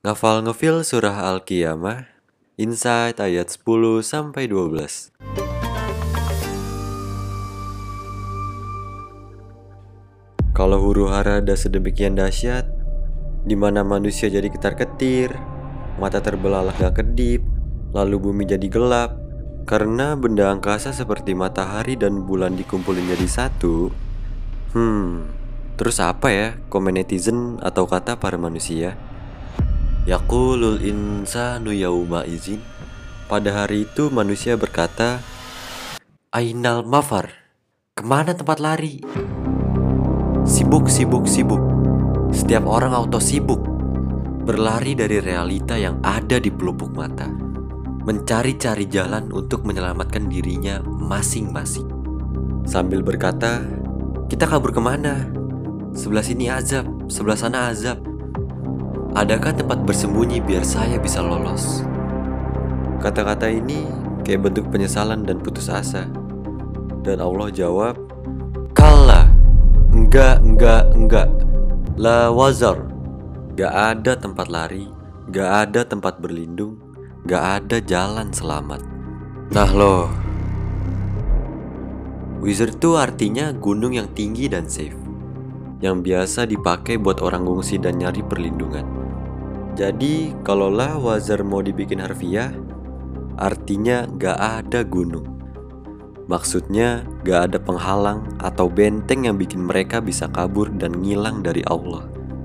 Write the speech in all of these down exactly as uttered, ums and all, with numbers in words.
Ngafal ngefil surah Al-Qiyamah, Insight ayat sepuluh sampai dua belas. Kalau huru-hara ada sedemikian dahsyat, di mana manusia jadi ketar-ketir, mata terbelalak gak kedip, lalu bumi jadi gelap, karena benda angkasa seperti matahari dan bulan dikumpulin jadi satu. Hmm, terus apa ya komen netizen atau kata para manusia? Yaqulul insanu yauma izin. Pada hari itu manusia berkata, Ainal mafar, kemana tempat lari? Sibuk, sibuk, sibuk. Setiap orang auto sibuk, berlari dari realita yang ada di pelupuk mata, mencari-cari jalan untuk menyelamatkan dirinya masing-masing. Sambil berkata, kita kabur kemana? Sebelah sini azab, sebelah sana azab. Adakah tempat bersembunyi biar saya bisa lolos? Kata-kata ini kayak bentuk penyesalan dan putus asa. Dan Allah jawab, Kalla, enggak, enggak, enggak. La wazar, gak ada tempat lari, gak ada tempat berlindung, gak ada jalan selamat. Nah loh, wizard itu artinya gunung yang tinggi dan safe, yang biasa dipakai buat orang ngungsi dan nyari perlindungan. Jadi kalau la wazar mau dibikin harfiah, artinya gak ada gunung. Maksudnya gak ada penghalang atau benteng yang bikin mereka bisa kabur dan ngilang dari Allah.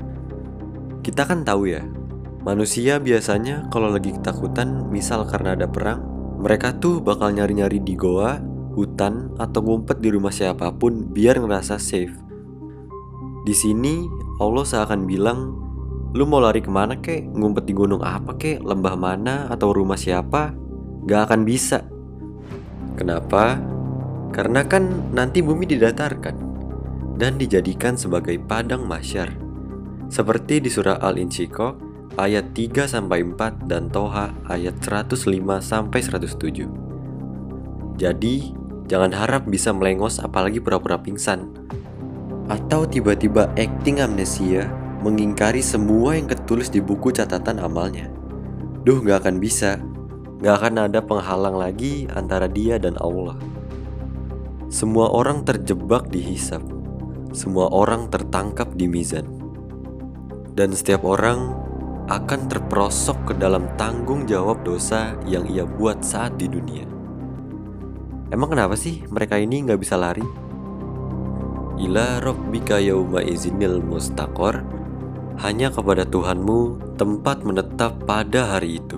Kita kan tahu ya, manusia biasanya kalau lagi ketakutan, misal karena ada perang, mereka tuh bakal nyari-nyari di goa, hutan, atau ngumpet di rumah siapapun biar ngerasa safe. Di sini Allah seakan bilang, lu mau lari kemana kek, ngumpet di gunung apa kek, lembah mana, atau rumah siapa, gak akan bisa. Kenapa? Karena kan nanti bumi didatarkan dan dijadikan sebagai padang mahsyar, seperti di surah Al-Insyiqaq ayat tiga sampai empat dan Toha ayat seratus lima sampai seratus tujuh. Jadi, jangan harap bisa melengos apalagi pura-pura pingsan atau tiba-tiba acting amnesia mengingkari semua yang ketulis di buku catatan amalnya. Duh, gak akan bisa. Gak akan ada penghalang lagi antara dia dan Allah. Semua orang terjebak di hisab. Semua orang tertangkap di mizan. Dan setiap orang akan terperosok ke dalam tanggung jawab dosa yang ia buat saat di dunia. Emang kenapa sih mereka ini gak bisa lari? Ila rabbika yauma izinil mustaqor, hanya kepada Tuhanmu tempat menetap pada hari itu.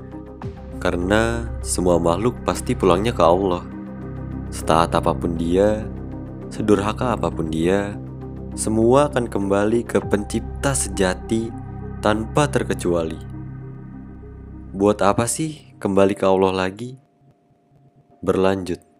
Karena semua makhluk pasti pulangnya ke Allah. Setaat apapun dia, sedurhaka apapun dia, semua akan kembali ke pencipta sejati tanpa terkecuali. Buat apa sih kembali ke Allah lagi? Berlanjut.